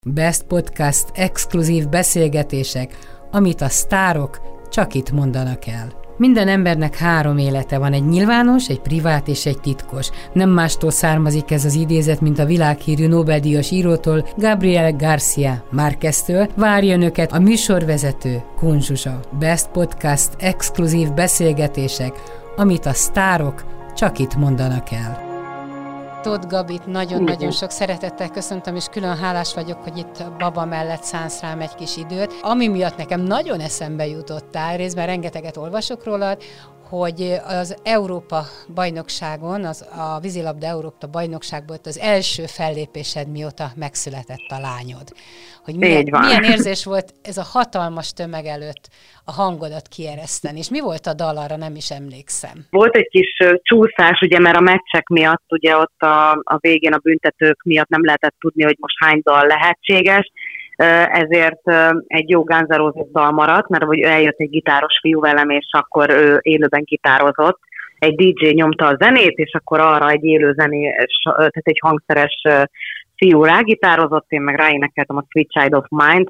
Best Podcast exkluzív beszélgetések, amit a sztárok csak itt mondanak el. Minden embernek 3 élete van, egy nyilvános, egy privát és egy titkos. Nem mástól származik ez az idézet, mint a világhírű Nobel-díjas írótól, Gabriel García Márqueztől. Várja önöket a műsorvezető, Kun Zsuzsa. Best Podcast exkluzív beszélgetések, amit a sztárok csak itt mondanak el. Tóth Gabit nagyon-nagyon sok szeretettel köszöntöm, és külön hálás vagyok, hogy itt a baba mellett szánsz rám egy kis időt. Ami miatt nekem nagyon eszembe jutottál, részben rengeteget olvasok rólad, hogy az Európa bajnokságon, a vízilabda Európa bajnokság volt az első fellépésed, mióta megszületett a lányod. Hogy milyen érzés volt ez a hatalmas tömeg előtt a hangodat kiereszteni, és mi volt a dal, arra nem is emlékszem. Volt egy kis csúszás, ugye, mert a meccsek miatt, ugye ott a végén a büntetők miatt nem lehetett tudni, hogy most hány dal lehetséges, ezért egy jó Guns N' Roses dal maradt, mert hogy eljött egy gitáros fiú velem, és akkor ő élőben gitározott. Egy DJ nyomta a zenét, és akkor arra egy élő zenés, tehát egy hangszeres fiú rágitározott, én meg ráénekeltem a Sweet Child of Mine,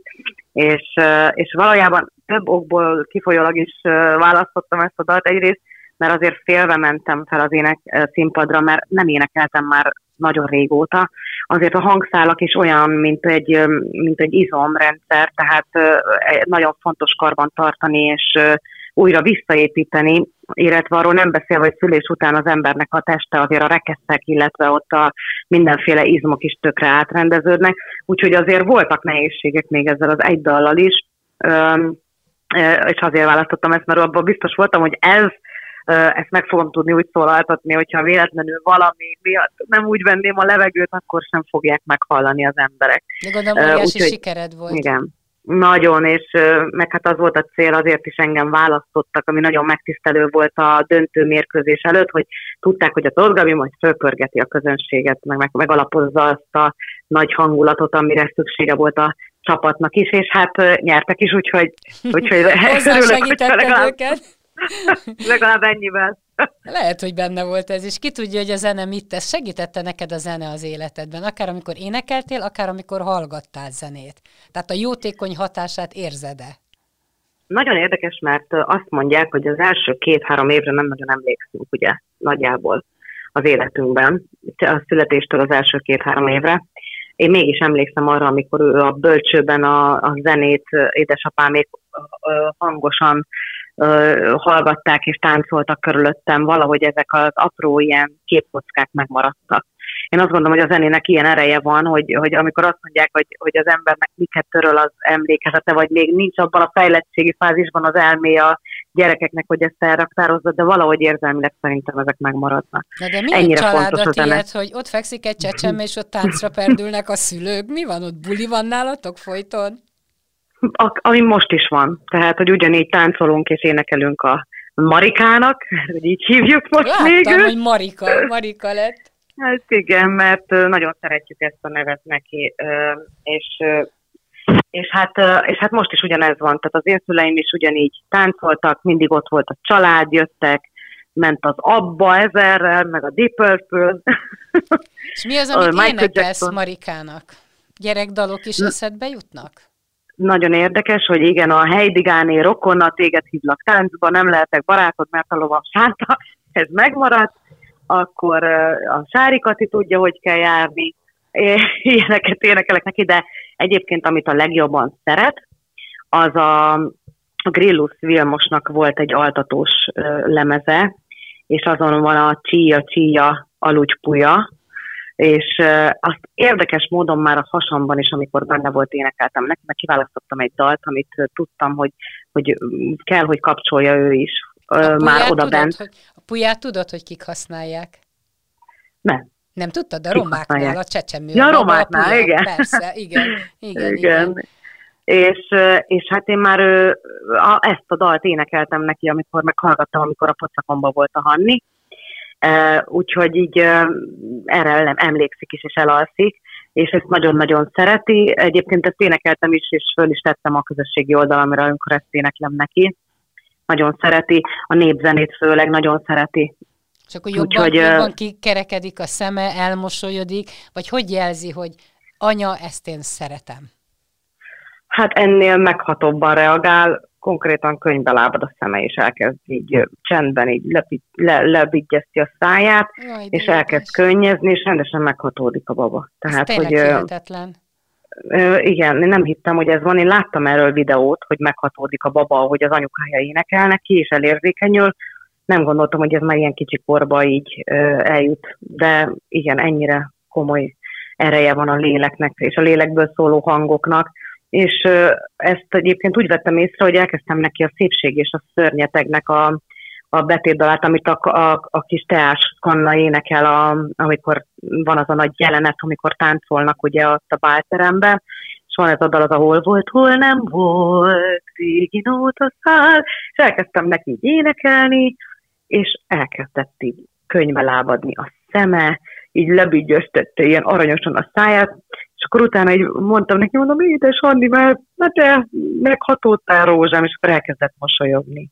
és valójában több okból kifolyólag is választottam ezt a dalt. Egyrészt, mert azért félve mentem fel az színpadra, mert nem énekeltem már nagyon régóta. Azért a hangszálak is olyan, mint egy izomrendszer, tehát nagyon fontos karban tartani, és újra visszaépíteni, illetve arról nem beszélve, hogy szülés után az embernek a teste, azért a rekeszek, illetve ott a mindenféle izmok is tökre átrendeződnek, úgyhogy azért voltak nehézségek még ezzel az egy dallal is, és azért választottam ezt, mert abban biztos voltam, hogy ezt meg fogom tudni úgy szólaltatni, hogyha véletlenül valami miatt nem úgy venném a levegőt, akkor sem fogják meghallani az emberek. De gondolom, óriási sikered volt. Igen. Nagyon, és meg hát az volt a cél, azért is engem választottak, ami nagyon megtisztelő volt a döntő mérkőzés előtt, hogy tudták, hogy a Tóth Gabi majd fölpörgeti a közönséget, megalapozza azt a nagy hangulatot, amire szüksége volt a csapatnak is, és hát nyertek is, úgyhogy hozzásegítetted őket. Legalább ennyivel. Lehet, hogy benne volt ez, és ki tudja, hogy a zene mit tesz. Segítette neked a zene az életedben, akár amikor énekeltél, akár amikor hallgattál zenét. Tehát a jótékony hatását érzed-e? Nagyon érdekes, mert azt mondják, hogy az első 2-3 évre nem nagyon emlékszünk, ugye, nagyjából az életünkben, a születéstől az első 2-3 évre. Én mégis emlékszem arra, amikor ő a bölcsőben a zenét édesapámék hangosan hallgatták és táncoltak körülöttem, valahogy ezek az apró ilyen képkockák megmaradtak. Én azt gondolom, hogy a zenének ilyen ereje van, hogy amikor azt mondják, hogy az embernek miket töröl az emlékezete, vagy még nincs abban a fejlettségi fázisban az elméje a gyerekeknek, hogy ezt elraktározza, de valahogy érzelmileg szerintem ezek megmaradnak. Na de milyen családot ilyet, hogy ott fekszik egy csecsemő, és ott táncra perdülnek a szülők? Mi van ott? Buli van nálatok folyton? Ami most is van. Tehát, hogy ugyanígy táncolunk és énekelünk a Marikának, hogy így hívjuk most. Láttam, még. Hogy Marika lett. Hát igen, mert nagyon szeretjük ezt a nevet neki, és hát most is ugyanez van. Tehát az én szüleim is ugyanígy táncoltak, mindig ott volt a család, jöttek, ment az Abba ezerrel, meg a Deep Purple. És mi az, amit énekelsz Marikának? Gyerekdalok is eszedbe jutnak? Nagyon érdekes, hogy igen, a Heidigáné rokonna, téged hívlak táncba, nem lehetek barátod, mert a lovam sánta, ez megmaradt, akkor a Sári Kati tudja, hogy kell járni, ilyeneket énekelek neki, de egyébként amit a legjobban szeret, az a Grillus Vilmosnak volt egy altatós lemeze, és azon van a Csíja, aludj puja, és azt érdekes módon már a hasamban is, amikor benne volt, énekeltem neki, mert kiválasztottam egy dalt, amit tudtam, hogy kell, hogy kapcsolja ő is már oda bent. A puját tudod, hogy kik használják? Nem tudtad? A romáknál, a csecsemő. Ja, a romáknál, igen. Persze, igen. És hát én már ezt a dalt énekeltem neki, amikor meghallgattam, amikor a pocakomba volt a Hanni. Úgyhogy így erre emlékszik is, és elalszik, és ezt nagyon-nagyon szereti. Egyébként ezt énekeltem is, és föl is tettem a közösségi oldalamra, amikor ezt éneklem neki. Nagyon szereti, a népzenét főleg nagyon szereti. És akkor jobban kikerekedik a szeme, elmosolyodik, vagy hogy jelzi, hogy anya, ezt én szeretem. Hát ennél meghatóbban reagál, konkrétan könyvbe lábad a szeme, és elkezd így csendben így lebigyezti a száját, Jaj, és elkezd könnyezni, és rendesen meghatódik a baba. Tehát, ez tényleg hihetetlen. Igen, én nem hittem, hogy ez van. Én láttam erről videót, hogy meghatódik a baba, hogy az anyukája énekel neki, és elérzékenyül. Nem gondoltam, hogy ez már ilyen kicsi korba így eljut, de igen, ennyire komoly ereje van a léleknek, és a lélekből szóló hangoknak. És ezt egyébként úgy vettem észre, hogy elkezdtem neki a Szépség és a szörnyetegnek a betétdalát, amit a kis Teás Kanna énekel, amikor van az a nagy jelenet, amikor táncolnak ugye ott a bálteremben, és van ez a dal, az a hol volt, hol nem volt, régi nóta szál, és elkezdtem neki így énekelni, és elkezdett így könyvbe lábadni a szeme, így lebügyöztette ilyen aranyosan a száját, és akkor utána így mondtam neki, mondom, édes Andi, mert te meghatódtál rózsám, és akkor elkezdett mosolyogni.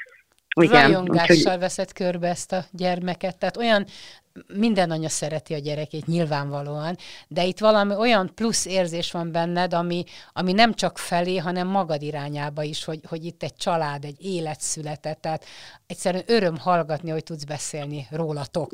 Rajongással veszed körbe ezt a gyermeket, tehát olyan, minden anya szereti a gyerekét nyilvánvalóan, de itt valami olyan plusz érzés van benned, ami nem csak felé, hanem magad irányába is, hogy itt egy család, egy élet született, tehát egyszerűen öröm hallgatni, hogy tudsz beszélni rólatok.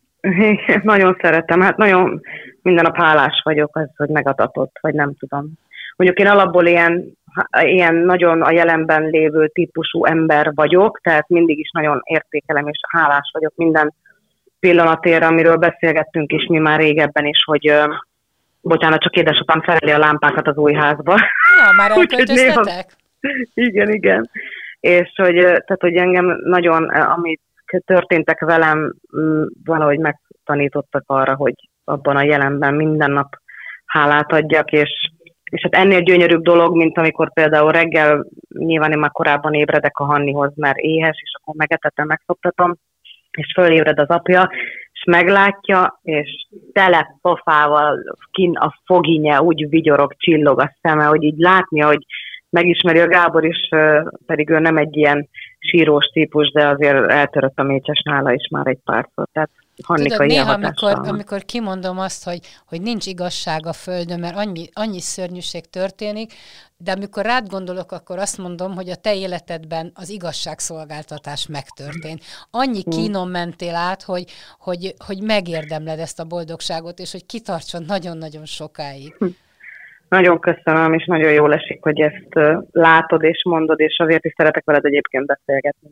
Nagyon szeretem, hát nagyon minden nap hálás vagyok az, hogy megadatott, vagy nem tudom. Mondjuk én alapból ilyen nagyon a jelenben lévő típusú ember vagyok, tehát mindig is nagyon értékelem, és hálás vagyok minden pillanatért, amiről beszélgettünk is mi már régebben is, hogy bocsánat, csak édesapám szereli a lámpákat az új házba. Na, már elköltöztetek? Igen. És hogy engem nagyon, amit történtek velem, valahogy megtanítottak arra, hogy abban a jelenben minden nap hálát adjak, és hát ennél gyönyörűbb dolog, mint amikor például reggel, nyilván én már korábban ébredek a Hannihoz, mert éhes, és akkor megetetem, megszoptatom, és fölébred az apja, és meglátja, és tele pofával kin a foginye, úgy vigyorog, csillog a szeme, hogy így látnia, hogy megismeri a Gábor is, pedig ő nem egy ilyen sírós típus, de azért eltörött a mécses nála is már egy párszor. Tehát Tudod, néha, amikor kimondom azt, hogy nincs igazság a Földön, mert annyi szörnyűség történik, de amikor rád gondolok, akkor azt mondom, hogy a te életedben az igazságszolgáltatás megtörtént. Annyi kínon mentél át, hogy megérdemled ezt a boldogságot, és hogy kitartson nagyon-nagyon sokáig. Nagyon köszönöm, és nagyon jól esik, hogy ezt látod és mondod, és azért is szeretek veled egyébként beszélgetni,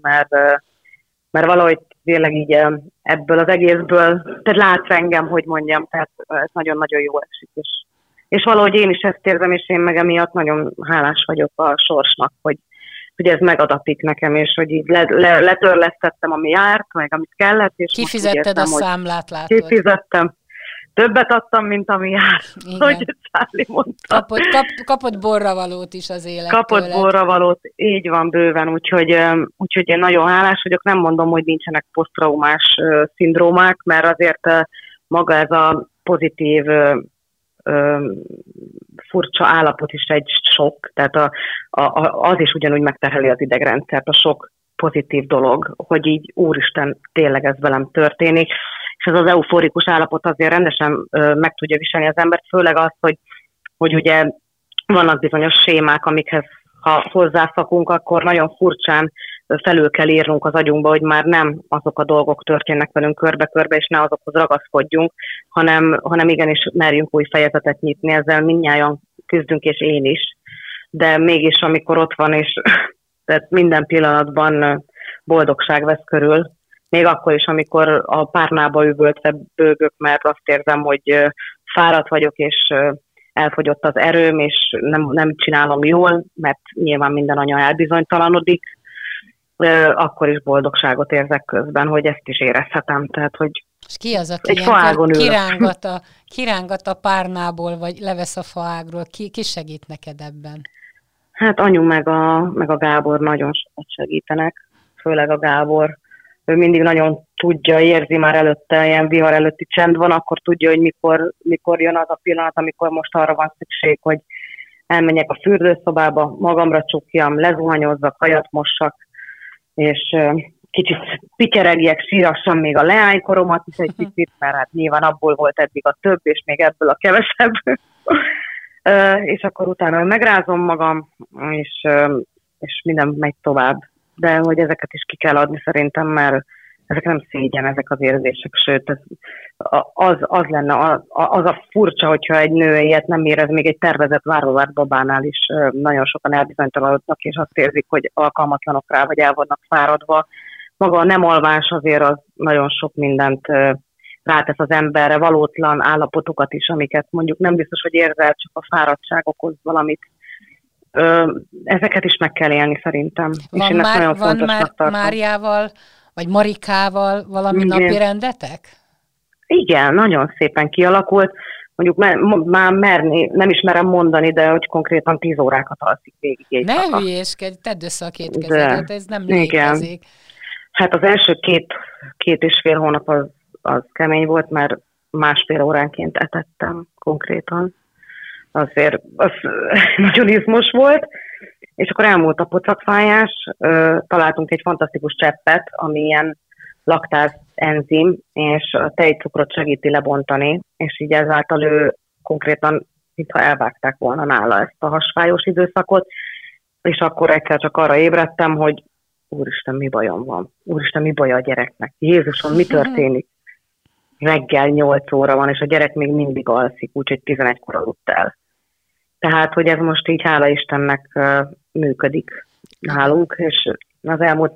mert valahogy tényleg így ebből az egészből, te látsz engem, hogy mondjam, tehát ez nagyon-nagyon jól esik, és valahogy én is ezt érzem, és én meg emiatt nagyon hálás vagyok a sorsnak, hogy ez megadatik nekem, és hogy így letörlesztettem, ami járt, meg amit kellett, és kifizetted a számlát, látod. Kifizettem. Többet adtam, mint ami jár, hogy Charlie mondta. Kapott borravalót is az élet. Kapott borravalót, így van bőven, úgyhogy én nagyon hálás vagyok. Nem mondom, hogy nincsenek posztraumás szindrómák, mert azért maga ez a pozitív furcsa állapot is egy sok, tehát az is ugyanúgy megterheli az idegrendszert, a sok pozitív dolog, hogy így úristen, tényleg ez velem történik. És ez az euforikus állapot azért rendesen meg tudja viselni az embert, főleg az, hogy ugye vannak bizonyos sémák, amikhez ha hozzászakunk, akkor nagyon furcsán felül kell írnunk az agyunkba, hogy már nem azok a dolgok történnek velünk körbe-körbe, és ne azokhoz ragaszkodjunk, hanem igenis merjünk új fejezetet nyitni, ezzel mindnyájan küzdünk, és én is. De mégis, amikor ott van, és tehát minden pillanatban boldogság vesz körül, még akkor is, amikor a párnába üvöltve bőgök, mert azt érzem, hogy fáradt vagyok, és elfogyott az erőm, és nem csinálom jól, mert nyilván minden anya elbizonytalanodik, akkor is boldogságot érzek közben, hogy ezt is érezhetem. Tehát, hogy és ki az, aki kirángat a párnából, vagy levesz a faágról? Ki segít neked ebben? Hát anyu meg a Gábor nagyon sokat segítenek, főleg a Gábor. Ő mindig nagyon tudja, érzi már előtte, ilyen vihar előtti csend van, akkor tudja, hogy mikor jön az a pillanat, amikor most arra van szükség, hogy elmenjek a fürdőszobába, magamra csukjam, lezuhanyozzak, hajat mossak, és kicsit pityeregjek, sírassam még a leánykoromat is egy kicsit, mert hát nyilván abból volt eddig a több, és még ebből a kevesebb. És akkor utána megrázom magam, és minden megy tovább. De hogy ezeket is ki kell adni szerintem, mert ezek nem szégyen, ezek az érzések, sőt, az lenne, az a furcsa, hogyha egy nő ilyet nem érez, még egy tervezett váróvárt babánál is nagyon sokan elbizonytalanodnak, és azt érzik, hogy alkalmatlanok rá, vagy el vannak fáradva. Maga a nem alvás azért az nagyon sok mindent rátesz az emberre, valótlan állapotokat is, amiket mondjuk nem biztos, hogy érzel, csak a fáradtság okoz valamit. Ezeket is meg kell élni szerintem. Van már Máriával, vagy Marikával valami napi rendetek? Igen, nagyon szépen kialakult. Mondjuk már nem is merem mondani, de hogy konkrétan 10 órákat alszik végig. Ne hülyéskedj, tedd össze a két kezedet, ez nem létezik. Hát az első két és fél hónap az kemény volt, mert 1,5 óránként etettem konkrétan. Azért az nagyon izmos volt, és akkor elmúlt a pocakfájás, találtunk egy fantasztikus cseppet, ami ilyen laktáz enzim, és a tejcukrot segíti lebontani, és így ezáltal ő konkrétan, mintha elvágták volna nála ezt a hasfájós időszakot, és akkor egyszer csak arra ébredtem, hogy úristen, mi bajom van? Úristen, mi baja a gyereknek? Jézusom, mi történik? Reggel 8 óra van, és a gyerek még mindig alszik, úgyhogy 11-kor aludt el. Tehát, hogy ez most így hála Istennek működik nálunk, és az elmúlt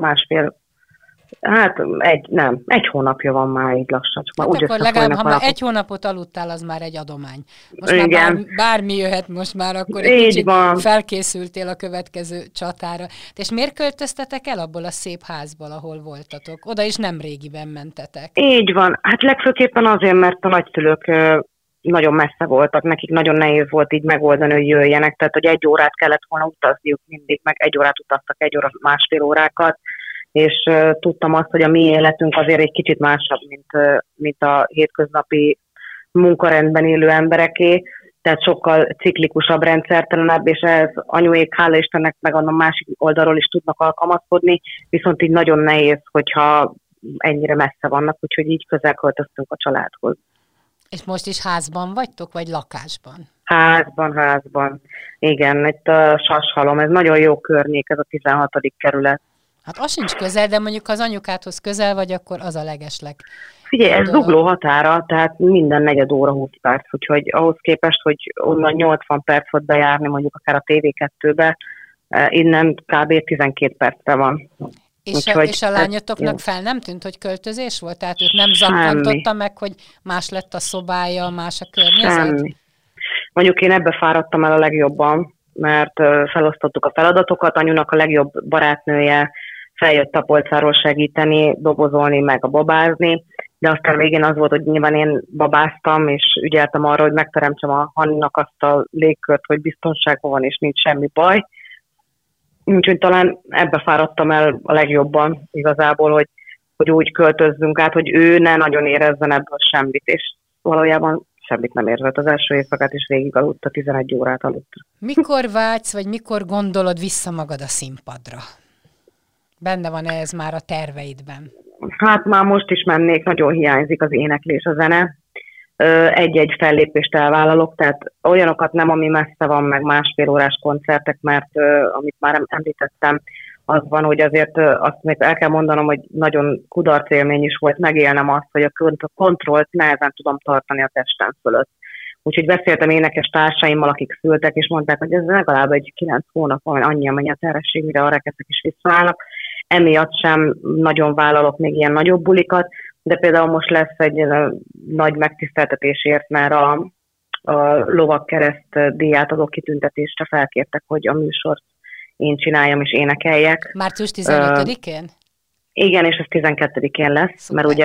egy hónapja van már így lassan. Hát akkor legalább, ha már egy hónapot aludtál, az már egy adomány. Most igen. Már bármi jöhet most már, akkor egy kicsit felkészültél a következő csatára. És miért költöztetek el abból a szép házból, ahol voltatok? Oda is nem régiben mentetek. Így van. Hát legfőképpen azért, mert a nagyszülők nagyon messze voltak, nekik nagyon nehéz volt így megoldani, hogy jöjjenek, tehát hogy 1 órát kellett volna utazniuk mindig, meg 1 órát utaztak, 1 óra, 1,5 órákat, és tudtam azt, hogy a mi életünk azért egy kicsit másabb, mint a hétköznapi munkarendben élő embereké, tehát sokkal ciklikusabb, rendszertelenebb, és ez anyuék, hála Istennek, meg a másik oldalról is tudnak alkalmazkodni, viszont így nagyon nehéz, hogyha ennyire messze vannak, úgyhogy így közel költöztünk a családhoz. És most is házban vagytok, vagy lakásban? Házban. Igen, itt a Sashalom, ez nagyon jó környék, ez a 16. kerület. Hát az sincs közel, de mondjuk ha az anyukádhoz közel vagy, akkor az a legesleg. Figyelj, ez zugló határa, tehát minden 4 óra 20 perc, úgyhogy ahhoz képest, hogy onnan 80 perc volt bejárni, mondjuk akár a TV2-be, innen kb. 12 percre van. És a lányotoknak fel nem tűnt, hogy költözés volt? Tehát őt nem zakkantotta meg, hogy más lett a szobája, más a környezet? Semmi. Mondjuk én ebbe fáradtam el a legjobban, mert felosztottuk a feladatokat, anyunak a legjobb barátnője feljött a polcáról segíteni, dobozolni, meg a babázni, de aztán végén az volt, hogy nyilván én babáztam, és ügyeltem arra, hogy megteremtsem a Hanninak azt a légkört, hogy biztonságban van, és nincs semmi baj. Úgyhogy talán ebbe fáradtam el a legjobban igazából, hogy úgy költözzünk át, hogy ő ne nagyon érezzen ebből semmit, és valójában semmit nem érzett. Az első éjszakát is végig aludta, 11 órát aludt. Mikor vágysz, vagy mikor gondolod vissza magad a színpadra? Benne van ez már a terveidben? Hát már most is mennék, nagyon hiányzik az éneklés, a zene. Egy-egy fellépést elvállalok, tehát olyanokat nem, ami messze van, meg 1,5 órás koncertek, mert amit már említettem, az van, hogy azért azt még el kell mondanom, hogy nagyon kudarc élmény is volt megélnem azt, hogy a kontrollt nehezen tudom tartani a testem fölött. Úgyhogy beszéltem énekes társaimmal, akik szültek, és mondták, hogy ez legalább egy 9 hónap van, annyi amennyi a terhesség, mire a rekeszek is visszaállnak. Emiatt sem nagyon vállalok még ilyen nagyobb bulikat, de például most lesz egy nagy megtiszteltetésért, mert a Lovagkereszt díjátadó kitüntetésre felkértek, hogy a műsort én csináljam és énekeljek. Március 15-én? Igen, és ez 12-én lesz, szuper. Mert ugye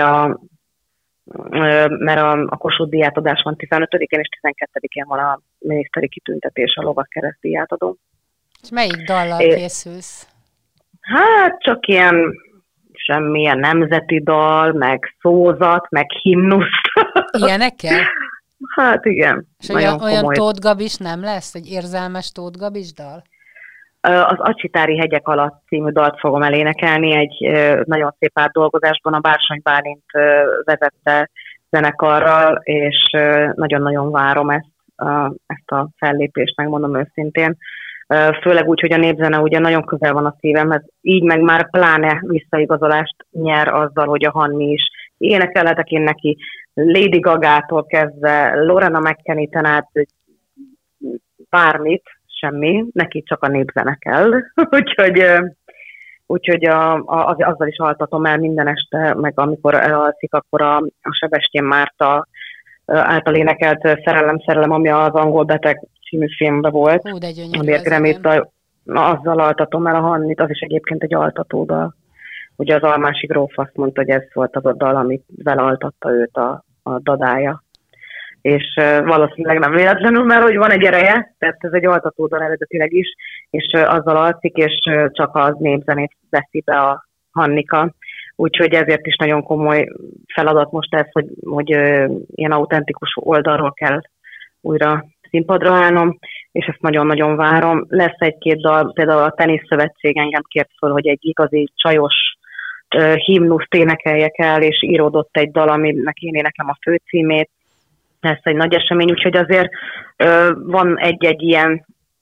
a Kossuth díjátadás van 15-én, és 12-én van a miniszteri kitüntetés, a Lovagkereszt díjátadó. És melyik dallal készülsz? Hát csak ilyen semmilyen nemzeti dal, meg szózat, meg himnusz. Ilyenekkel? Hát igen. És olyan Tóth Gabis nem lesz? Egy érzelmes Tóth Gabis dal? Az Acsitári hegyek alatt című dalt fogom elénekelni, egy nagyon szép átdolgozásban a Bársony Bálint vezette zenekarral, és nagyon-nagyon várom ezt. ezt a fellépést, megmondom őszintén. Főleg úgy, hogy a népzene ugye nagyon közel van a szívemhez, így meg már pláne visszaigazolást nyer azzal, hogy a Hanni is énekelhetek én neki Lady Gagától kezdve, Lorena McKennieten át, bármit, semmi, neki csak a népzene kell. Úgyhogy azzal is altatom el minden este, meg amikor elalszik, akkor a Sebestyén Márta által énekelt Szerelem, ami az Angol beteg című filmben volt. Hú, de gyönyörű Amiért Gremita, azzal altatom el a Hannit, az is egyébként egy altatódal. Ugye az Almási gróf azt mondta, hogy ez volt az a dal, amit vele altatta őt a dadája. És valószínűleg nem véletlenül, mert hogy van egy ereje, tehát ez egy altatódal eredetileg is, és azzal alszik, és csak az népzenét veszi be a Hannika. Úgyhogy ezért is nagyon komoly feladat most ez, hogy ilyen autentikus oldalról kell újra színpadra állnom, és ezt nagyon-nagyon várom. Lesz egy-két dal, például a Teniszszövetség engem kért föl, hogy egy igazi csajos himnuszt énekeljek el, és íródott egy dal, aminek én éneklem a főcímét. Ez egy nagy esemény, úgyhogy azért van egy-egy ilyen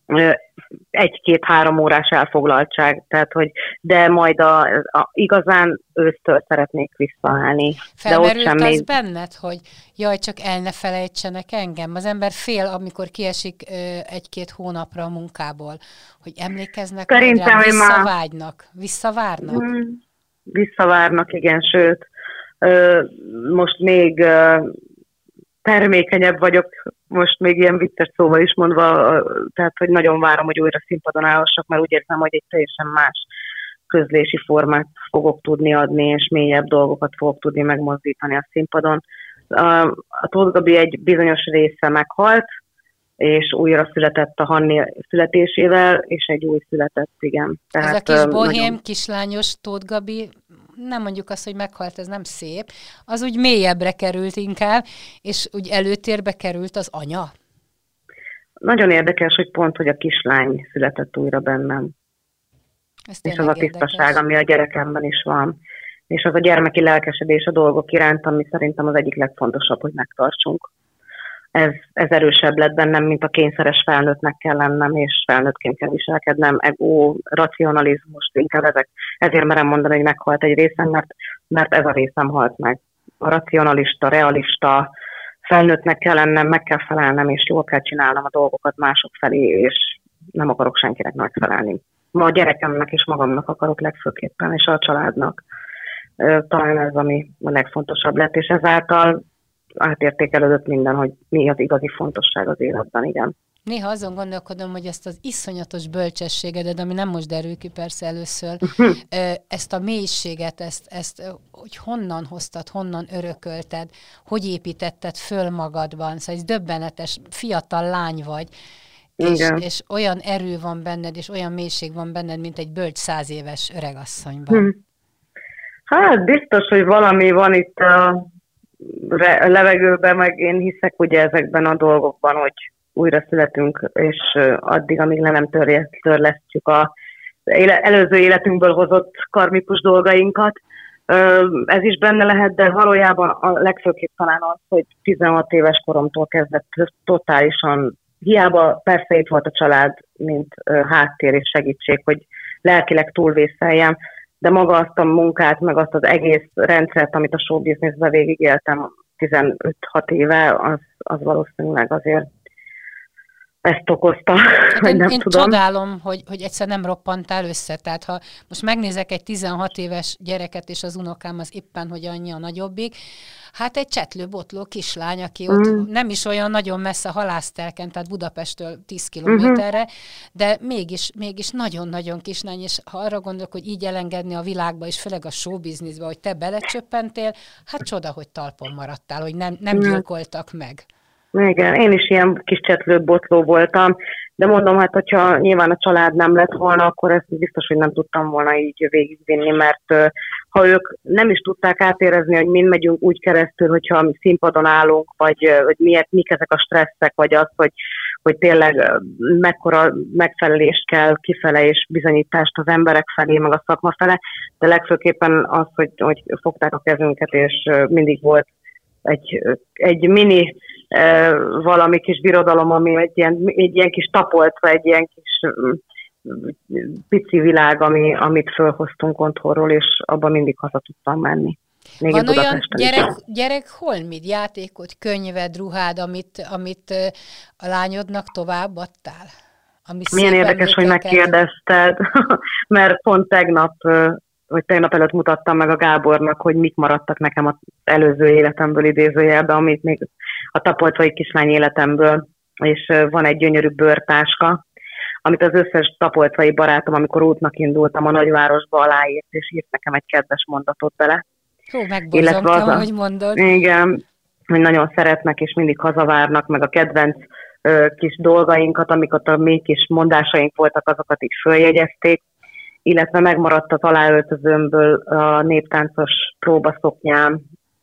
1-2-3 órás elfoglaltság, tehát hogy de majd igazán ősztől szeretnék visszaállni. Felmerült az benned, hogy jaj, csak el ne felejtsenek engem? Az ember fél, amikor kiesik 1-2 hónapra a munkából, hogy emlékeznek rám, visszavárnak? Visszavárnak, igen, sőt, most még termékenyebb vagyok, most még ilyen vicces szóval is mondva, tehát hogy nagyon várom, hogy újra színpadon állhassak, mert úgy érzem, hogy egy teljesen más közlési formát fogok tudni adni, és mélyebb dolgokat fogok tudni megmozdítani a színpadon. A Tóth Gabi egy bizonyos része meghalt, és újra született a Hanni születésével, és egy új született, igen. Tehát, ez a kis bohém, kislányos Tóth Gabi, nem mondjuk azt, hogy meghalt, ez nem szép, az úgy mélyebbre került inkább, és úgy előtérbe került az anya. Nagyon érdekes, hogy pont, hogy a kislány született újra bennem. És az a tisztaság, ami a gyerekemben is van. És az a gyermeki lelkesedés a dolgok iránt, ami szerintem az egyik legfontosabb, hogy megtartsunk. Ez erősebb lett bennem, mint a kényszeres felnőttnek kell lennem, és felnőttként kell viselkednem, ego, racionalizmus, inkább ezért merem mondani, hogy meghalt egy részem, mert ez a részem halt meg. A racionalista, realista, felnőttnek kell lennem, meg kell felelnem, és jól kell csinálnom a dolgokat mások felé, és nem akarok senkinek megfelelni. Ma a gyerekemnek és magamnak akarok legfőképpen, és a családnak. Talán ez, ami a legfontosabb lett, és ezáltal átértékelődött minden, hogy mi az igazi fontosság az életben, igen. Néha azon gondolkodom, hogy ezt az iszonyatos bölcsességedet, ami nem most derül ki persze először, ezt a mélységet, ezt hogy honnan hoztad, honnan örökölted, hogy építetted föl magadban, szóval ez döbbenetes, fiatal lány vagy, és olyan erő van benned, és olyan mélység van benned, mint egy bölcs 100 éves öregasszonyban. Hát biztos, hogy valami van itt a levegőben, meg én hiszek ugye ezekben a dolgokban, hogy újra születünk, és addig, amíg nem törlesztjük az előző életünkből hozott karmikus dolgainkat. Ez is benne lehet, de valójában a legfőképp talán az, hogy 16 éves koromtól kezdett totálisan, hiába persze itt volt a család, mint háttér és segítség, hogy lelkileg túlvészeljem, de maga azt a munkát, meg azt az egész rendszert, amit a showbizniszben végigéltem 15-6 éve, az valószínűleg azért ezt okozta, hogy nem én tudom. Csodálom, hogy egyszer nem roppantál össze. Tehát ha most megnézek egy 16 éves gyereket, és az unokám az éppen, hogy annyi a nagyobbik, hát egy csetlő-botló kislány, aki ott nem is olyan nagyon messze Halásztelken, tehát Budapesttől 10 kilométerre, de mégis nagyon-nagyon kislány, és ha arra gondolok, hogy így elengedni a világba, és főleg a showbizniszbe, hogy te belecsöppentél, hát csoda, hogy talpon maradtál, hogy nem gyilkoltak meg. Igen, én is ilyen kis csetlő-botló voltam, de mondom, hát hogyha nyilván a család nem lett volna, akkor ezt biztos, hogy nem tudtam volna így végigvinni, mert ha ők nem is tudták átérezni, hogy mind megyünk úgy keresztül, hogyha mi színpadon állunk, vagy mik ezek a stresszek, vagy az, hogy tényleg mekkora megfelelést kell kifele, és bizonyítást az emberek felé, meg a szakma fele, de legfőképpen az, hogy fogták a kezünket, és mindig volt egy mini valami kis birodalom, ami egy ilyen kis tapolca, egy ilyen kis pici világ, amit fölhoztunk otthonról, és abban mindig haza tudtam menni. Még van olyan gyerek holmid, játékot, könyved, ruhád, amit a lányodnak tovább adtál? Milyen érdekes, hogy megkérdezted, mert pont tegnap előtt mutattam meg a Gábornak, hogy mik maradtak nekem az előző életemből idézőjelben, amit még a tapolcai kislány életemből, és van egy gyönyörű bőrtáska, amit az összes tapolcai barátom, amikor útnak indultam a nagyvárosba, aláírt, és írt nekem egy kedves mondatot bele. Megborzongtam, hogy mondod. Igen, hogy nagyon szeretnek, és mindig hazavárnak, meg a kedvenc kis dolgainkat, amiket a mi kis mondásaink voltak, azokat így följegyezték, illetve megmaradt az aláöltözőmből a néptáncos próbaszoknyám,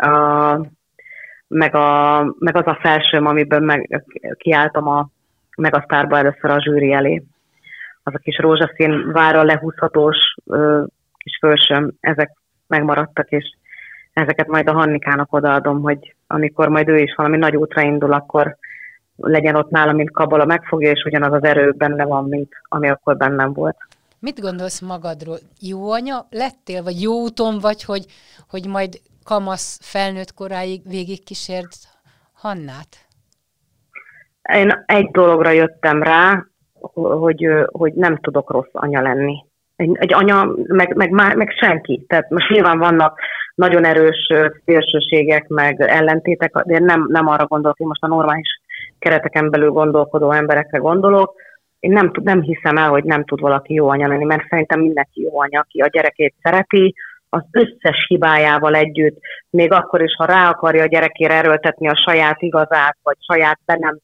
meg az a felsőm, amiben kiálltam a Megasztárba először a zsűri elé. Az a kis rózsaszín várral lehúzhatós kis felsőm, ezek megmaradtak, és ezeket majd a Hannikának odaadom, hogy amikor majd ő is valami nagy útra indul, akkor legyen ott nála, mint Kabala megfogja, és ugyanaz az erő benne van, mint ami akkor bennem volt. Mit gondolsz magadról? Jó anya lettél, vagy jó úton vagy, hogy majd kamasz felnőtt koráig végigkísérd Hannát? Én egy dologra jöttem rá, hogy nem tudok rossz anya lenni. Egy anya, meg senki. Tehát most nyilván vannak nagyon erős szélsőségek, meg ellentétek, de nem arra gondolok, hogy most a normális kereteken belül gondolkodó emberekre gondolok. Én nem hiszem el, hogy nem tud valaki jó anya lenni, mert szerintem mindenki jó anya, aki a gyerekét szereti, az összes hibájával együtt, még akkor is, ha rá akarja a gyerekére erőltetni a saját igazát, vagy saját be nem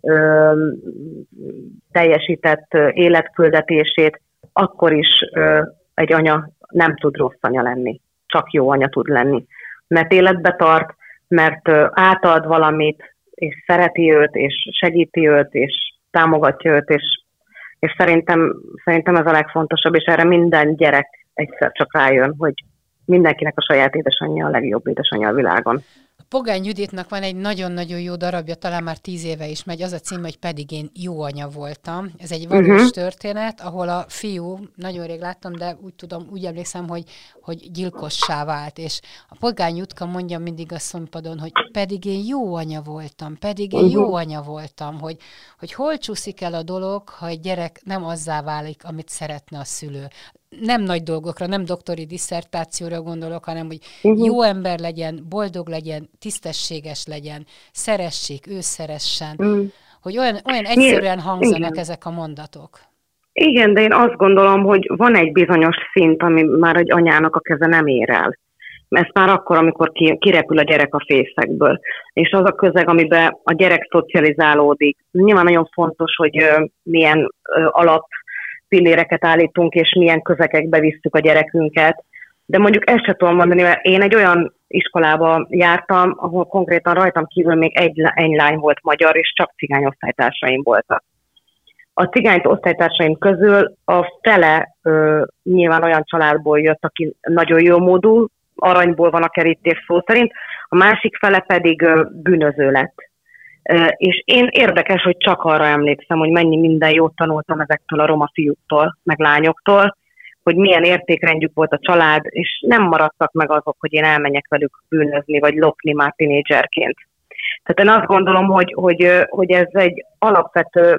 teljesített életküldetését, akkor is egy anya nem tud rossz anya lenni, csak jó anya tud lenni. Mert életbe tart, mert átad valamit, és szereti őt, és segíti őt, és támogatja őt, és szerintem ez a legfontosabb, és erre minden gyerek egyszer csak rájön, hogy mindenkinek a saját édesanyja a legjobb édesanyja a világon. A Pogány Juditnak van egy nagyon-nagyon jó darabja, talán már 10 éve is megy, az a cím, hogy Pedig én jó anya voltam. Ez egy valós történet, ahol a fiú, nagyon rég láttam, de úgy emlékszem, hogy gyilkossá vált, és a Pogány Jutka mondja mindig a színpadon, hogy pedig én jó anya voltam, pedig én jó anya voltam, hogy hol csúszik el a dolog, ha egy gyerek nem azzá válik, amit szeretne a szülő. Nem nagy dolgokra, nem doktori disszertációra gondolok, hanem hogy jó ember legyen, boldog legyen, tisztességes legyen, szeressék, ő szeressen. Hogy olyan egyszerűen hangzanak ezek a mondatok. Igen, de én azt gondolom, hogy van egy bizonyos szint, ami már egy anyának a keze nem ér el. Ez már akkor, amikor kirepül a gyerek a fészekből. És az a közeg, amiben a gyerek szocializálódik. Nyilván nagyon fontos, hogy milyen pilléreket állítunk, és milyen közegekbe visszük a gyerekünket. De mondjuk ezt sem tudom mondani, mert én egy olyan iskolába jártam, ahol konkrétan rajtam kívül még egy lány volt magyar, és csak cigány osztálytársaim voltak. A cigány osztálytársaim közül a fele nyilván olyan családból jött, aki nagyon jó módú, aranyból van a kerítés szó szerint, a másik fele pedig bűnöző lett. És én érdekes, hogy csak arra emlékszem, hogy mennyi minden jót tanultam ezektől a roma fiúktól, meg lányoktól, hogy milyen értékrendjük volt a család, és nem maradtak meg azok, hogy én elmenjek velük bűnözni, vagy lopni már tinédzserként. Tehát én azt gondolom, hogy ez egy alapvető,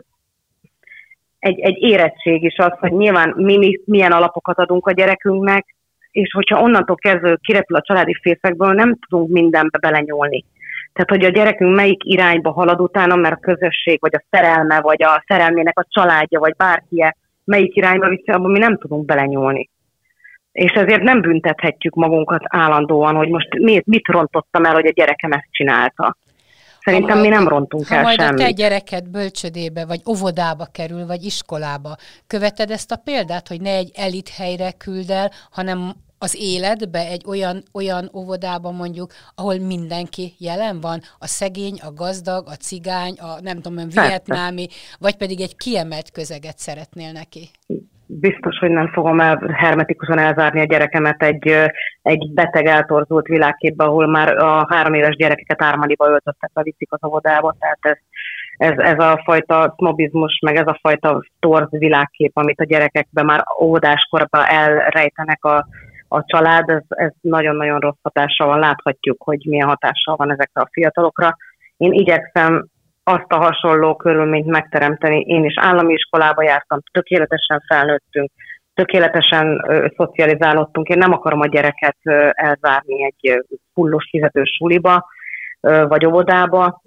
egy érettség is az, hogy nyilván mi milyen alapokat adunk a gyerekünknek, és hogyha onnantól kezdve kirepül a családi fészekből, nem tudunk mindenbe belenyúlni. Tehát, hogy a gyerekünk melyik irányba halad utána, mert a közösség, vagy a szerelme, vagy a szerelmének a családja, vagy bárkie melyik irányba viszi, abban mi nem tudunk belenyúlni. És ezért nem büntethetjük magunkat állandóan, hogy most mit rontottam el, hogy a gyerekem ezt csinálta. Szerintem mi nem rontunk el semmit. Ha majd a te gyereket bölcsödébe, vagy óvodába kerül, vagy iskolába, követed ezt a példát, hogy ne egy elit helyre küld el, hanem az életbe egy olyan óvodába mondjuk, ahol mindenki jelen van, a szegény, a gazdag, a cigány, a nem tudom, vietnámi, vagy pedig egy kiemelt közeget szeretnél neki? biztos, hogy nem fogom hermetikusan elzárni a gyerekemet egy beteg, eltorzult világképbe, ahol már a 3 éves gyerekeket ármaliba öltöztek, viszik az óvodába. Tehát ez a fajta sznobizmus, meg ez a fajta torz világkép, amit a gyerekekben már óvodáskorban elrejtenek a család, ez nagyon-nagyon rossz hatással van. Láthatjuk, hogy milyen hatással van ezekre a fiatalokra. Én igyekszem azt a hasonló körülményt megteremteni. Én is állami iskolába jártam, tökéletesen felnőttünk, tökéletesen szocializálódtunk. Én nem akarom a gyereket elzárni egy fullos fizetős suliba, vagy óvodába.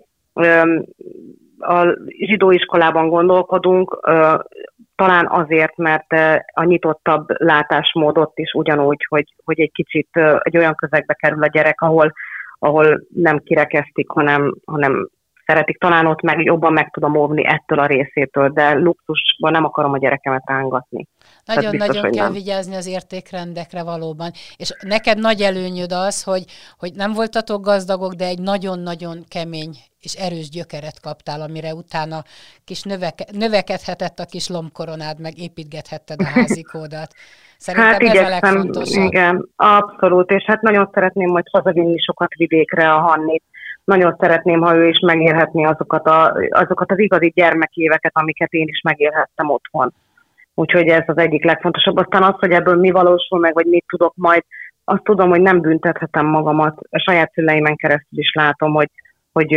A zsidó iskolában gondolkodunk, talán azért, mert a nyitottabb látásmódot is ugyanúgy, hogy egy kicsit egy olyan közegbe kerül a gyerek, ahol nem kirekesztik, hanem szeretik. Talán ott jobban meg tudom óvni ettől a részétől, de luxusban nem akarom a gyerekemet rángatni. Nagyon-nagyon kell vigyázni az értékrendekre valóban. És neked nagy előnyöd az, hogy nem voltatok gazdagok, de egy nagyon-nagyon kemény és erős gyökeret kaptál, amire utána kis növekedhetett a kis lombkoronád, meg építgethetted a házikódat. Szerintem ez a legfontosabb. Igen, abszolút, és hát nagyon szeretném majd hazavinni sokat vidékre a Hannit. Nagyon szeretném, ha ő is megélhetné azokat az igazi gyermekéveket, amiket én is megélhettem otthon. Úgyhogy ez az egyik legfontosabb. Aztán az, hogy ebből mi valósul meg, vagy mit tudok majd, azt tudom, hogy nem büntethetem magamat. A saját szüleimen keresztül is látom, hogy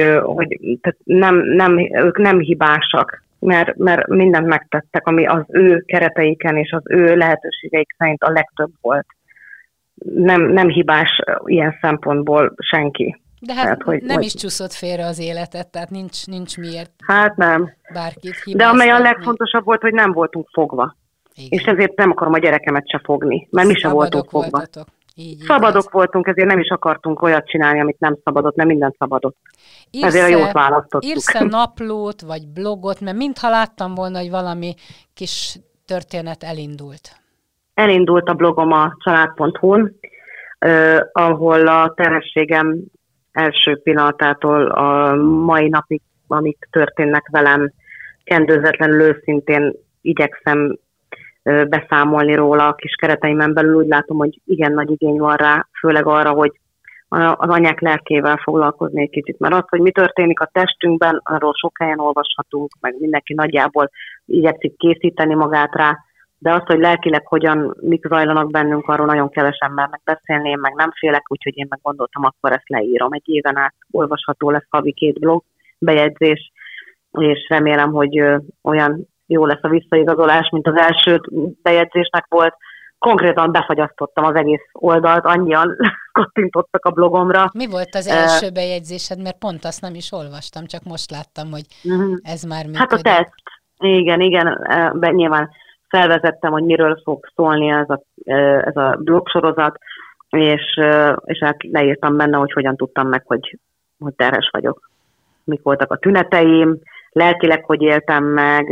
ők nem hibásak, mert mindent megtettek, ami az ő kereteiken és az ő lehetőségeik szerint a legtöbb volt. Nem hibás ilyen szempontból senki. De hát tehát, nem is csúszott félre az életet, tehát nincs miért bárkit hibáztatni. De amely a legfontosabb volt, hogy nem voltunk fogva. Igen. És ezért nem akarom a gyerekemet se fogni, mert mi sem voltunk fogva. Szabadok voltunk, ezért nem is akartunk olyat csinálni, amit nem szabadott, nem minden szabadott. Ezért a jót választottuk. Írsz-e naplót, vagy blogot, mert mintha láttam volna, hogy valami kis történet elindult. Elindult a blogom a család.hu-n, ahol a terhességem első pillanatától a mai napig, amik történnek velem, kendőzetlenül őszintén igyekszem beszámolni róla a kis kereteimen belül. Úgy látom, hogy igen nagy igény van rá, főleg arra, hogy az anyák lelkével foglalkozni egy kicsit. Mert az, hogy mi történik a testünkben, arról sok helyen olvashatunk, meg mindenki nagyjából igyekszik készíteni magát rá, de az, hogy lelkileg mik zajlanak bennünk, arról nagyon kevesen mernek beszélni, én meg nem félek, úgyhogy én meg gondoltam, akkor ezt leírom. Egy éven át olvasható lesz havi 2 blog bejegyzés, és remélem, hogy olyan jó lesz a visszaigazolás, mint az első bejegyzésnek volt. Konkrétan befagyasztottam az egész oldalt, annyian kattintottak a blogomra. Mi volt az első bejegyzésed? Mert pont azt nem is olvastam, csak most láttam, hogy ez már működik. Hát a teszt. Igen, nyilván felvezettem, hogy miről fog szólni ez a blogsorozat, és hát leírtam benne, hogy hogyan tudtam meg, hogy terhes vagyok. Mik voltak a tüneteim, lelkileg hogy éltem meg,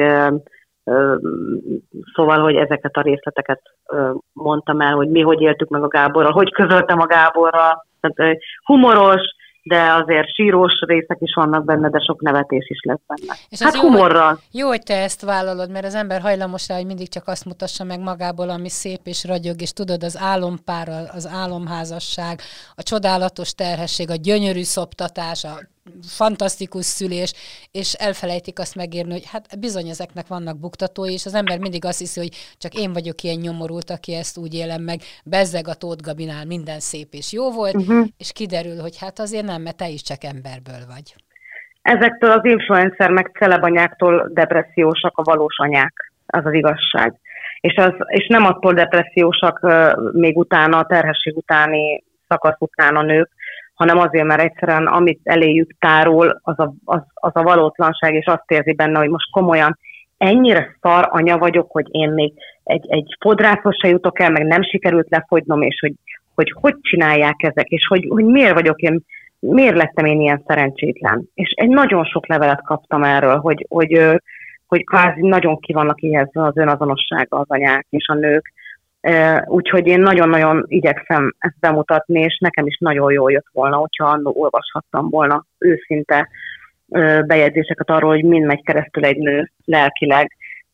szóval, hogy ezeket a részleteket mondtam el, hogy mi hogy éltük meg a Gáborral, hogy közöltem a Gáborral. Tehát humoros, de azért sírós részek is vannak benne, de sok nevetés is lesz benne. És hát humorral. Jó, hogy te ezt vállalod, mert az ember hajlamos rá, hogy mindig csak azt mutassa meg magából, ami szép és ragyog, és tudod, az álompár, az álomházasság, a csodálatos terhesség, a gyönyörű szoptatás, a fantasztikus szülés, és elfelejtik azt megírni, hogy hát bizony ezeknek vannak buktatói, és az ember mindig azt hiszi, hogy csak én vagyok ilyen nyomorult, aki ezt úgy élem meg, bezzeg a Tóth Gabinál minden szép és jó volt, és kiderül, hogy hát azért nem, mert te is csak emberből vagy. Ezektől az influencer meg celebanyáktól depressziósak a valós anyák, az az igazság. És nem attól depressziósak még utána, a terhesség utáni szakasz után a nők, hanem azért, mert egyszerűen amit eléjük tárul, az a valótlanság, és azt érzi benne, hogy most komolyan ennyire szar anya vagyok, hogy én még egy fodrászhoz se jutok el, meg nem sikerült lefogynom, és hogy csinálják ezek, és hogy miért lettem én ilyen szerencsétlen. És egy nagyon sok levelet kaptam erről, hogy kvázi nagyon ki vannak éhezve az önazonossága az anyák és a nők. Úgyhogy én nagyon-nagyon igyekszem ezt bemutatni, és nekem is nagyon jól jött volna, hogyha annól olvashattam volna őszinte bejegyzéseket arról, hogy mind megy keresztül egy nő lelkileg,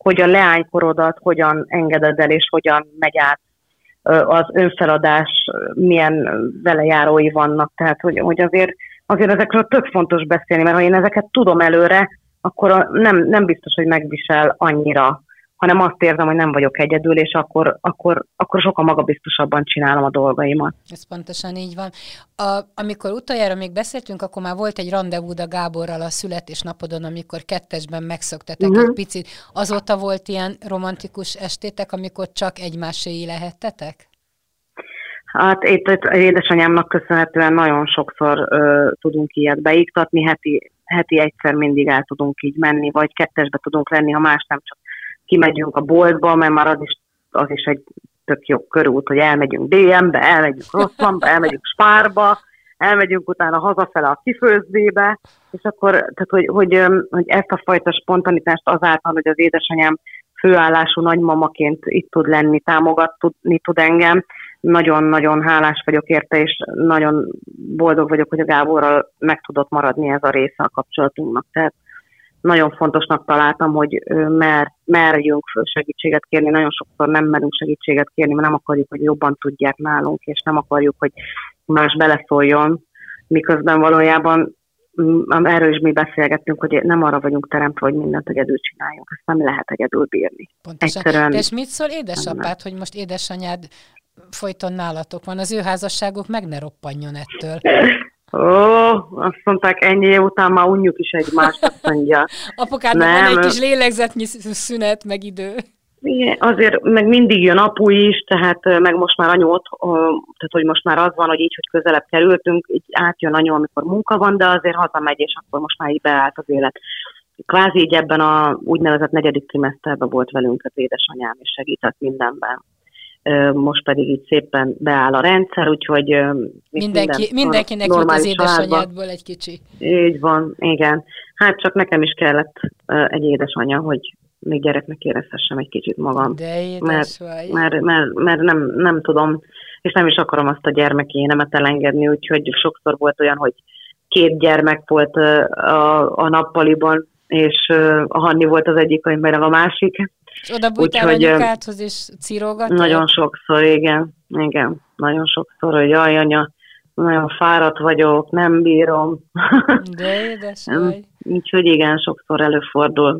hogy a leánykorodat hogyan engeded el, és hogyan megy át az önfeladás, milyen velejárói vannak. Tehát, hogy azért ezekről tök fontos beszélni, mert ha én ezeket tudom előre, akkor nem biztos, hogy megvisel annyira, hanem azt érzem, hogy nem vagyok egyedül, és akkor sokkal magabiztosabban csinálom a dolgaimat. Ez pontosan így van. Amikor utoljára még beszéltünk, akkor már volt egy rendezvúd a Gáborral a születésnapodon, amikor kettesben megszoktatok egy picit. Azóta volt ilyen romantikus estétek, amikor csak egymáséi lehettetek? Hát itt édesanyámnak köszönhetően nagyon sokszor tudunk ilyet beiktatni, heti egyszer mindig el tudunk így menni, vagy kettesbe tudunk lenni, ha más nem, csak kimegyünk a boltba, mert már az is egy tök jó körút, hogy elmegyünk DM-be, elmegyünk Rosszmanba, elmegyünk Spárba, elmegyünk utána hazafele a Kifőzdébe, és akkor, tehát, hogy ezt a fajta spontanitást azáltal, hogy az édesanyám főállású nagymamaként itt tud lenni, támogatni tud engem, nagyon-nagyon hálás vagyok érte, és nagyon boldog vagyok, hogy a Gáborral meg tudott maradni ez a része a kapcsolatunknak. Tehát nagyon fontosnak találtam, hogy merjünk segítséget kérni. Nagyon sokszor nem merünk segítséget kérni, mert nem akarjuk, hogy jobban tudják nálunk, és nem akarjuk, hogy más beleszóljon, miközben valójában erről is mi beszélgettünk, hogy nem arra vagyunk teremtve, hogy mindent egyedül csináljunk. Ezt nem lehet egyedül bírni. Pontosan. Egyszerűen. És mit szól édesapád, hogy most édesanyád folyton nálatok van? Az ő házasságuk meg ne roppanjon ettől. Azt mondták, ennyi év után már unjuk is egymást, azt mondja. Apukádnak van egy kis lélegzetnyi szünet, meg idő. Igen, azért meg mindig jön apu is, tehát meg most már anyu tehát hogy most már az van, hogy így, hogy közelebb kerültünk, így átjön anyu, amikor munka van, de azért hazamegy, és akkor most már így beállt az élet. Kvázi így ebben a úgynevezett 4. trimeszterben volt velünk az édesanyám, és segített mindenben. Most pedig így szépen beáll a rendszer, úgyhogy mindenkinek jut az édesanyádból egy kicsi. Így van, igen. Hát csak nekem is kellett egy édesanyja, hogy még gyereknek érezhessem egy kicsit magam. De édes vagy. Mert nem tudom, és nem is akarom azt a gyermeki énemet elengedni, úgyhogy sokszor volt olyan, hogy 2 gyermek volt a nappaliban, és a Hanni volt az egyik, vagy meg a másik. És oda bújtál anyukádhoz, és círógattál? Nagyon sokszor, igen. Nagyon sokszor, hogy jaj, anya, nagyon fáradt vagyok, nem bírom. De édes vagy. Úgyhogy igen, sokszor előfordul.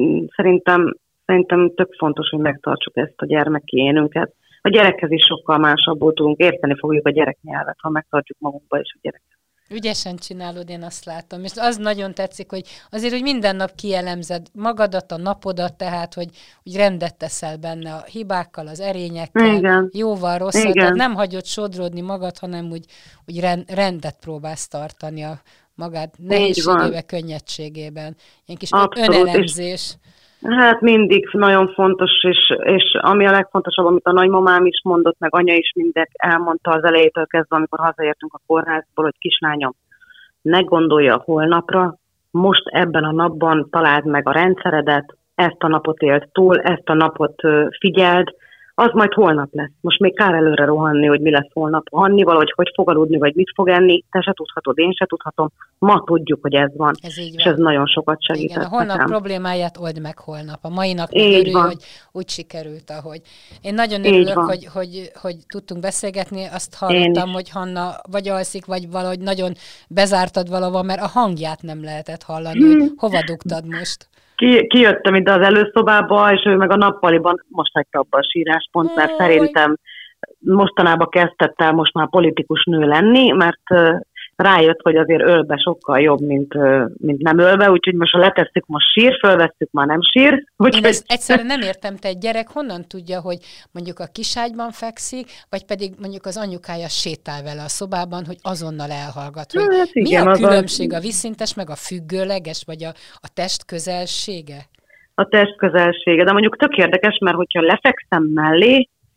Szerintem tök fontos, hogy megtartsuk ezt a gyermeki énünket. A gyerekhez is sokkal másabból tudunk, érteni fogjuk a gyereknyelvet, ha megtartjuk magunkba is a gyereket. Ügyesen csinálod, én azt látom. És az nagyon tetszik, hogy azért, hogy minden nap kielemzed magadat, a napodat, tehát, hogy rendet teszel benne a hibákkal, az erényekkel, igen. Jóval, rosszat. Tehát nem hagyod sodródni magad, hanem úgy rendet próbálsz tartani a magad nehézségével, könnyedségében. Ilyen kis önelemzés. Hát mindig nagyon fontos, és ami a legfontosabb, amit a nagymamám is mondott, meg anya is mindent elmondta az elejétől kezdve, amikor hazaértünk a kórházból, hogy kislányom, ne gondolja a holnapra, most ebben a napban találd meg a rendszeredet, ezt a napot éld túl, ezt a napot figyeld, az majd holnap lesz. Most még kár előre rohanni, hogy mi lesz holnap. Hannival, hogy fog aludni, vagy mit fog enni, te se tudhatod, én se tudhatom. Ma tudjuk, hogy ez van. És ez nagyon sokat segített. Igen, a holnap problémáját old meg holnap. A mai nap örülj, hogy úgy sikerült, ahogy. Én nagyon örülök, hogy tudtunk beszélgetni. Azt hallottam, hogy Hanna vagy alszik, vagy valahogy nagyon bezártad valahol, mert a hangját nem lehetett hallani, hogy hova dugtad most. Kijöttem ide az előszobába, és ő meg a nappaliban most hagyta abba a síráspont, mert szerintem mostanában kezdett el most már politikus nő lenni, mert rájött, hogy azért ölbe sokkal jobb, mint nem ölbe, úgyhogy most ha letesszük, most sír, fölvesszük, már nem sír. Én ezt egyszerűen nem értem, te egy gyerek honnan tudja, hogy mondjuk a kiságyban fekszik, vagy pedig mondjuk az anyukája sétál vele a szobában, hogy azonnal elhallgat. Hogy hát igen, mi a különbség a vízszintes, meg a függőleges, vagy a test közelsége? A test közelsége, de mondjuk tök érdekes, mert hogyha lefekszem mellé,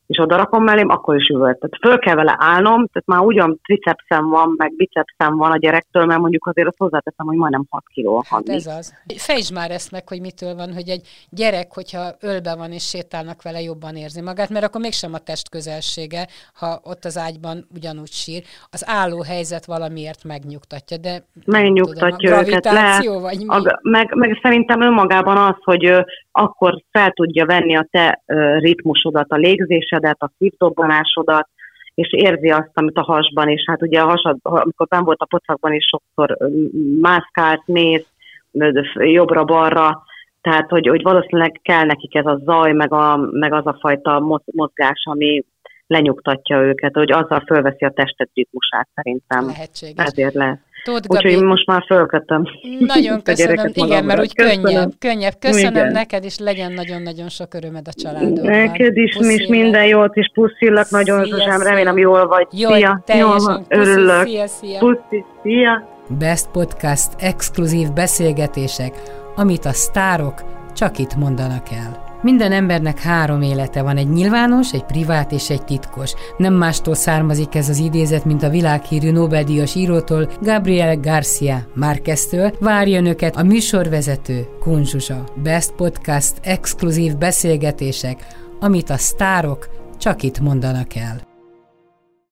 és odarakom mellém, akkor is üvölt. Tehát föl kell vele állnom, tehát már ugyan tricepszem van, meg bicepszem van a gyerektől, mert mondjuk azért azt hozzáteszem, hogy majdnem 6 kiló a Hanni. Hát ez az. Fejtsd már ezt meg, hogy mitől van, hogy egy gyerek, hogyha ölbe van és sétálnak vele, jobban érzi magát, mert akkor mégsem a test közelsége, ha ott az ágyban ugyanúgy sír. Az álló helyzet valamiért megnyugtatja, de megnyugtatja tudom, a gravitáció, őket, vagy mi? Meg szerintem önmagában az, hogy akkor fel tudja venni a te ritmusodat, a légzésedet, a szívdobbanásodat, és érzi azt, amit a hasban, és hát ugye a hasad, amikor benn volt a pocakban is sokszor mászkált, néz, jobbra-balra, tehát hogy valószínűleg kell nekik ez a zaj, meg az a fajta mozgás, ami lenyugtatja őket, hogy azzal fölveszi a testet ritmusát szerintem. Lehetséges. Ezért lehet. Úgyhogy most már fölkötöm. Nagyon köszönöm, igen, mert úgy könnyebb. Köszönöm igen. Neked, és legyen nagyon-nagyon sok örömed a családodban. Neked is, és minden jót, és puszillak nagyon sosem, remélem jól vagy. Szia, teljesen. Örülök. Szia. Puszi, szia. Best Podcast exkluzív beszélgetések, amit a sztárok csak itt mondanak el. Minden embernek 3 élete van, egy nyilvános, egy privát és egy titkos. Nem mástól származik ez az idézet, mint a világhírű Nobel-díjas írótól, Gabriel García Márqueztől. Várja önöket a műsorvezető, Kun Zsuzsa. Best Podcast exkluzív beszélgetések, amit a sztárok csak itt mondanak el.